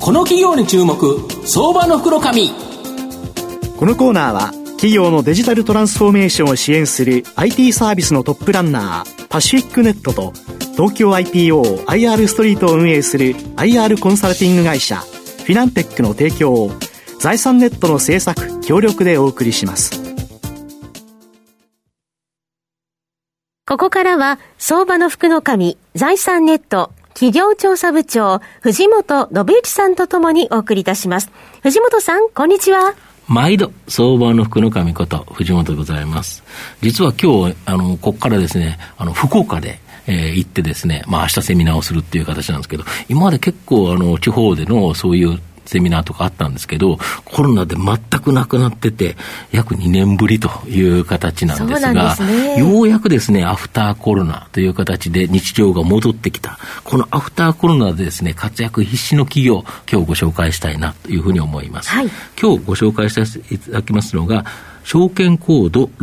この企業に注目、相場の福の神。 このコーナーは企業のデジタルトランスフォーメーションを支援する IT サービスのトップランナーパシフィックネットと、東京 IPO IR ストリートを運営する IR コンサルティング会社フィナンテックの提供を財産ネットの制作協力でお送りします。 ここからは相場の福の神、財産ネット企業調査部長藤本信之さんとともにお送りいたします。藤本さん、こんにちは。 毎度相場の福の神こと藤本でございます。実は今日ここからですね、福岡で行ってですね、明日セミナーをするっていう形なんですけど、今まで結構地方でのそういうセミナーとかあったんですけど、コロナで全くなくなってて約2年ぶりという形なんですが、ようやくですねアフターコロナという形で日常が戻ってきた。このアフターコロナでですね活躍必至の企業、今日ご紹介したいなというふうに思います、はい、今日ご紹介させていただきますのが、証券コード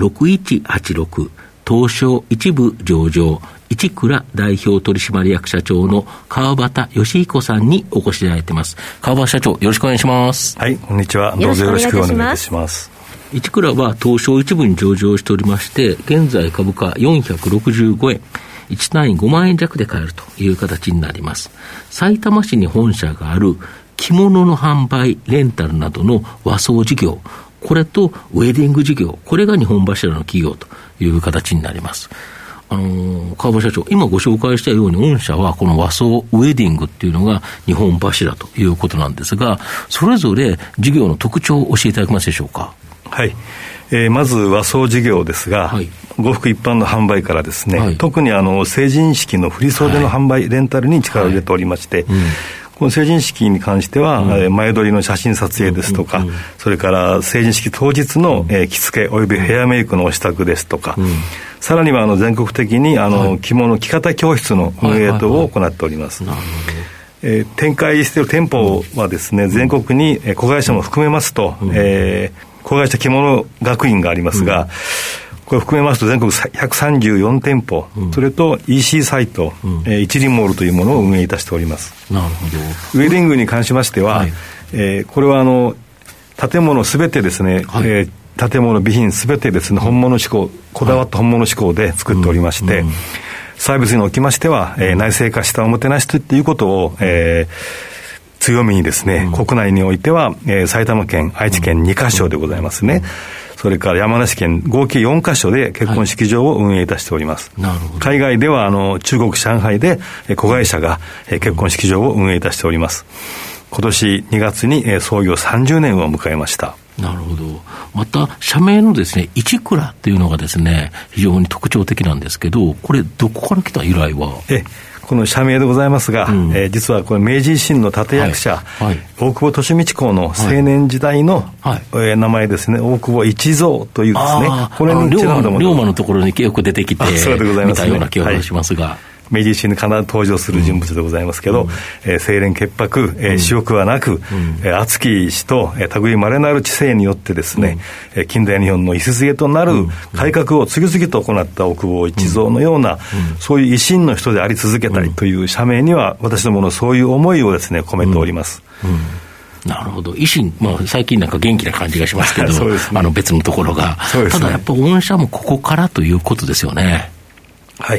6186東証一部上場一倉代表取締役社長の川端義彦さんにお越しいただいています。川端社長、よろしくお願いします。 はい、こんにちは。どうぞよろしくお願いいたします。 一倉は東証一部に上場しておりまして、現在株価465円、1単位5万円弱で買えるという形になります。埼玉市に本社がある着物の販売、レンタルなどの和装事業、これとウェディング事業、これが日本柱の企業という形になります。川端社長、今ご紹介したように御社はこの和装ウェディングっていうのが日本柱ということなんですが、それぞれ事業の特徴を教えていただけますでしょうか。 はい、まず和装事業ですが、はい、呉服一般の販売からですね、はい、特に成人式の振袖の販売、はい、レンタルに力を入れておりまして、この成人式に関しては、前撮りの写真撮影ですとか、それから成人式当日の着付けおよびヘアメイクのお支度ですとか、さらには全国的に着物着方教室の運営等を行っております。展開している店舗はですね、全国に子会社も含めますと、子会社着物学院がありますが、これ含めますと全国134店舗、それと EC サイト、一輪モールというものを運営いたしております。 なるほど。 ウェディングに関しましては、これは建物すべてですね、建物備品すべてですね、本物志向、こだわった本物志向で作っておりまして、サービスにおきましては、内製化したおもてなしということを、強みにですね、国内においては、埼玉県、愛知県2カ所でございますね。それから山梨県合計4カ所で結婚式場を運営いたしております。 なるほど。 海外では中国上海で子会社が結婚式場を運営いたしております。今年2月に創業30年を迎えました。 なるほど。また社名のですね、一倉っていうのがですね、非常に特徴的なんですけど、これどこから来た由来は？ この社名でございますが、実はこれ明治維新の立役者、大久保利通公の青年時代の、名前ですね、大久保一蔵というですね、これにちなんだもの。 龍馬のところによく出てきてそうでございます、 見たような気がしますが、 明治維新に必ず登場する人物でございますけど、清廉潔白、私欲はなく、熱き意志と類まれなる知性によってですね、近代日本の礎となる改革を次々と行った大久保一蔵のような、そういう維新の人であり続けたいという社名には、私どものそういう思いをですね、込めております。 なるほど。維新、最近なんか元気な感じがしますけど、そうですね、別のところが、ただやっぱ御社もここからということですよね。 はい。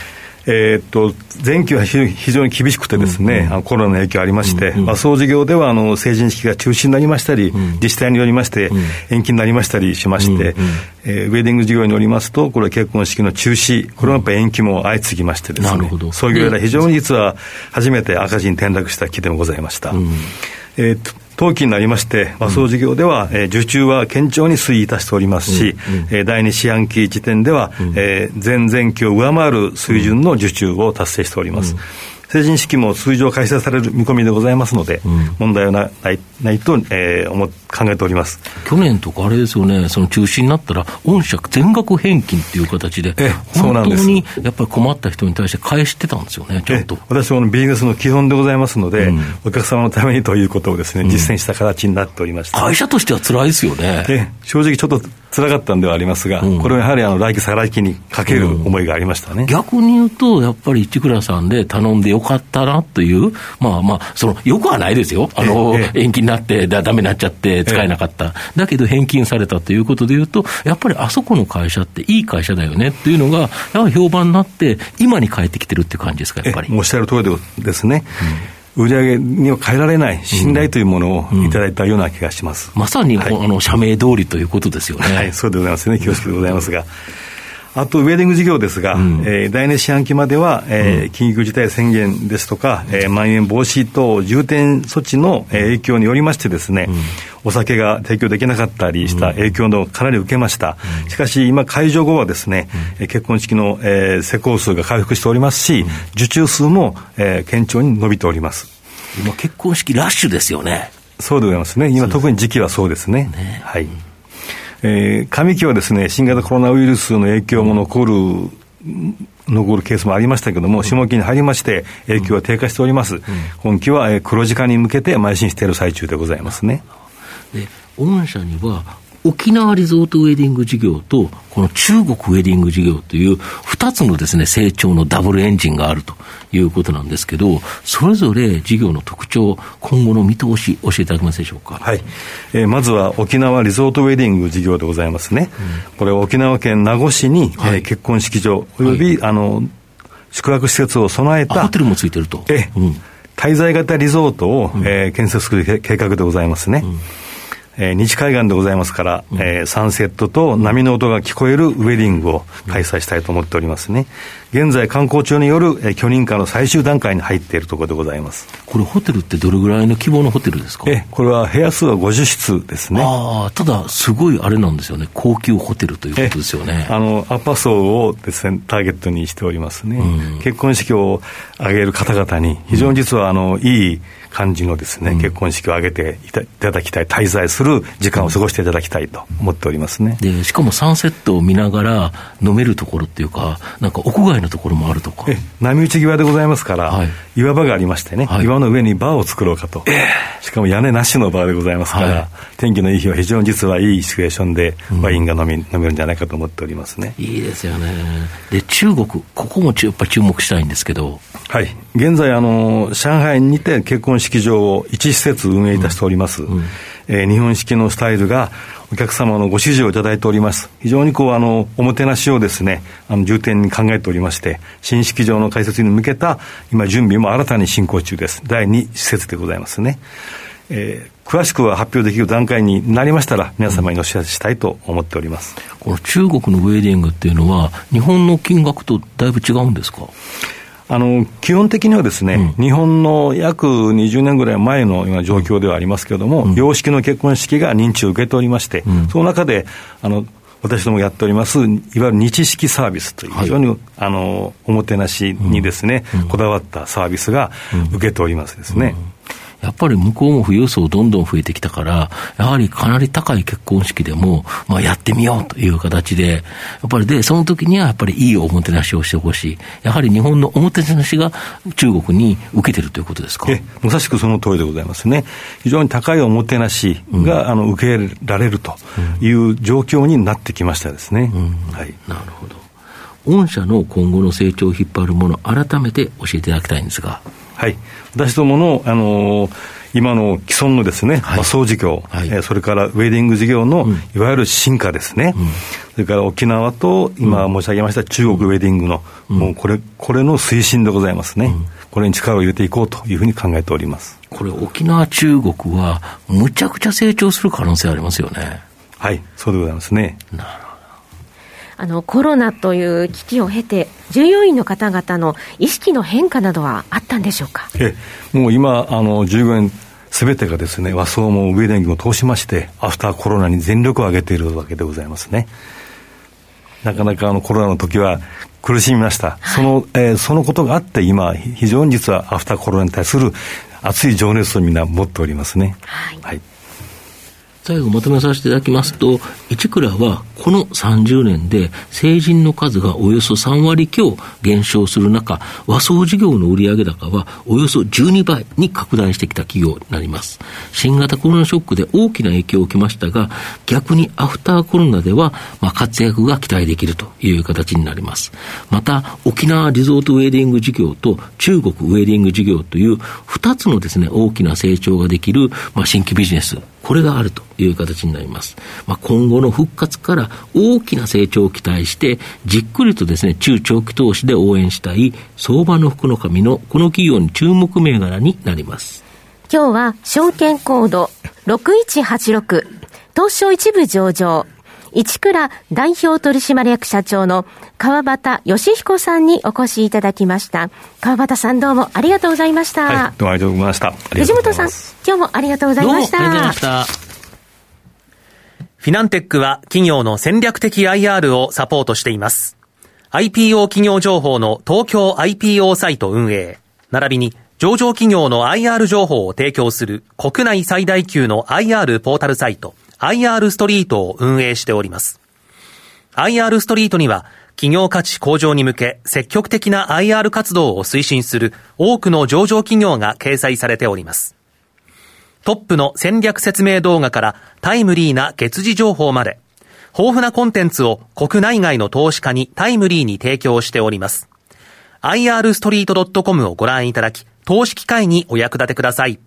前期は非常に厳しくてですね、コロナの影響ありまして、和装事業では成人式が中止になりましたり、自治体によりまして延期になりましたりしまして、ウェディング事業によりますと、これは結婚式の中止、これはやっぱり延期も相次ぎましてですね、創業以来非常に実は初めて赤字に転落した期でもございました。当期になりまして和装事業では、受注は堅調に推移いたしておりますし、第2四半期時点では、前々期を上回る水準の受注を達成しております。成人式も通常開催される見込みでございますので、問題はないと、考えております。 去年とかあれですよね、その中止になったら御社全額返金っていう形で、本当にやっぱり困った人に対して返してたんですよね、ちゃんと。 私もビジネスの基本でございますので、お客様のためにということをですね、実践した形になっておりました。 会社としては辛いですよね。 正直ちょっと辛かったんではありますが、これはやはり来期再来期にかける思いがありましたね。 逆に言うと、やっぱり市倉さんで頼んでよかったなという、よくはないですよ。延期になってダメになっちゃって使えなかった。だけど返金されたということで言うと、やっぱりあそこの会社っていい会社だよねっていうのが、やはり評判になって、今に帰ってきてるっていう感じですか、やっぱり。 おっしゃる通りですね。売上には変えられない信頼というものをいただいたような気がします。 まさに、社名通りということですよね。 はい、そうでございますね。恐縮でございますが。あと、ウェディング事業ですが、第2四半期までは、緊急事態宣言ですとか、まん延防止等重点措置の影響によりましてですね、お酒が提供できなかったりした影響のかなり受けました。しかし、今、解除後はですね、結婚式の施工数が回復しておりますし、受注数も堅調に伸びております。 今、結婚式ラッシュですよね。 そうでございますね。今、特に時期はそうですね。はい。上期はですね、新型コロナウイルスの影響も残るケースもありましたけども、下期に入りまして影響は低下しております。今期は黒字化に向けて邁進している最中でございますね。 で、御社には沖縄リゾートウェディング事業とこの中国ウェディング事業という2つのですね、成長のダブルエンジンがあるということなんですけど、それぞれ事業の特徴、今後の見通し教えていただけますでしょうか。 はい。まずは沖縄リゾートウェディング事業でございますね。これは沖縄県名護市に、結婚式場および、宿泊施設を備えたホテルもついてると。 滞在型リゾートを、建設する計画でございますね。西海岸でございますから、サンセットと波の音が聞こえるウェディングを開催したいと思っておりますね。現在観光庁による許認可の最終段階に入っているところでございます。 これホテルってどれぐらいの規模のホテルですか？ これは部屋数は50室ですね。 ただすごいあれなんですよね、高級ホテルということですよね。 アッパー層をですね、ターゲットにしておりますね。結婚式を挙げる方々に非常に実はいい感じのですね、結婚式を挙げていただきたい、滞在する時間を過ごしていただきたいと思っておりますね。 で、しかもサンセットを見ながら飲めるところっていうか、なんか屋外のところもあるとか。 波打ち際でございますから、岩場がありましてね、岩の上にバーを作ろうかと。しかも屋根なしのバーでございますから、天気のいい日は非常に実はいいシチュエーションでワインが飲めるんじゃないかと思っておりますね。 いいですよね。で、中国、ここもやっぱり注目したいんですけど。 はい。現在、上海にて結婚式場を1施設運営いたしております。日本式のスタイルがお客様のご支持をいただいております。非常におもてなしをですね、重点に考えておりまして、新式場の開設に向けた今準備も新たに進行中です。第2施設でございますね。詳しくは発表できる段階になりましたら皆様にお知らせしたいと思っております。 この中国のウェディングっていうのは日本の金額とだいぶ違うんですか？ 基本的にはですね、日本の約20年ぐらい前の今状況ではありますけれども、洋式の結婚式が認知を受けておりまして、その中で私どもやっておりますいわゆる日式サービスという非常に、おもてなしにですね、こだわったサービスが受けておりますですね。 やっぱり向こうも富裕層どんどん増えてきたから、やはりかなり高い結婚式でも、やってみようという形で、やっぱりで、その時にはやっぱりいいおもてなしをしてほしい。やはり日本のおもてなしが中国に受けてるということですか？ まさしくその通りでございますね。非常に高いおもてなしが、受け入れられるという状況になってきましたですね。 はい。なるほど。御社の今後の成長を引っ張るもの、改めて教えていただきたいんですが。 はい。私どもの、今の既存のですね、和装事業、それからウェディング事業のいわゆる進化ですね、それから沖縄と今申し上げました中国ウェディングの、もうこれの推進でございますね。これに力を入れていこうというふうに考えております。 これ沖縄中国はむちゃくちゃ成長する可能性ありますよね。 はい、そうでございますね。 なるほど。 コロナという危機を経て、従業員の方々の意識の変化などはあったんでしょうか？ もう今、従業員すべてがですね、和装もウェディングも通しまして、アフターコロナに全力を挙げているわけでございますね。なかなかコロナの時は苦しみました。そのことがあって、今、非常に実はアフターコロナに対する熱い情熱をみんな持っておりますね。はい。 最後まとめさせていただきますと、市倉はこの30年で成人の数がおよそ3割強減少する中、和装事業の売上高はおよそ12倍に拡大してきた企業になります。新型コロナショックで大きな影響を受けましたが、逆にアフターコロナでは活躍が期待できるという形になります。また沖縄リゾートウェディング事業と中国ウェディング事業という2つのですね、大きな成長ができる新規ビジネス、これがあるという形になります。今後の復活から大きな成長を期待して、じっくりとですね、中長期投資で応援したい相場の福の神のこの企業に注目銘柄になります。 今日は証券コード6186東証一部上場一倉代表取締役社長の川端義彦さんにお越しいただきました。川端さん、どうもありがとうございました。 はい、どうもありがとうございました。 藤本さん、今日もありがとうございました。 どうもありがとうございました。 フィナンテックは企業の戦略的 IR をサポートしています。IPO 企業情報の東京 IPO サイト運営、並びに上場企業の IR 情報を提供する国内最大級の IR ポータルサイトIR ストリートを運営しております。IR ストリートには企業価値向上に向け積極的な IR 活動を推進する多くの上場企業が掲載されております。トップの戦略説明動画からタイムリーな月次情報まで、豊富なコンテンツを国内外の投資家にタイムリーに提供しております。IR ストリート .com をご覧いただき、投資機会にお役立てください。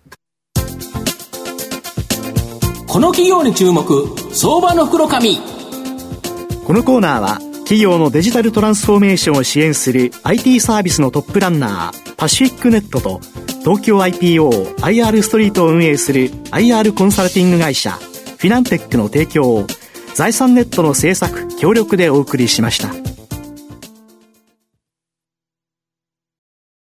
この企業に注目、相場の福の神。 このコーナーは企業のデジタルトランスフォーメーションを支援する IT サービスのトップランナーパシフィックネットと東京 IPO IR ストリートを運営する IR コンサルティング会社フィナンテックの提供を財産ネットの制作協力でお送りしました。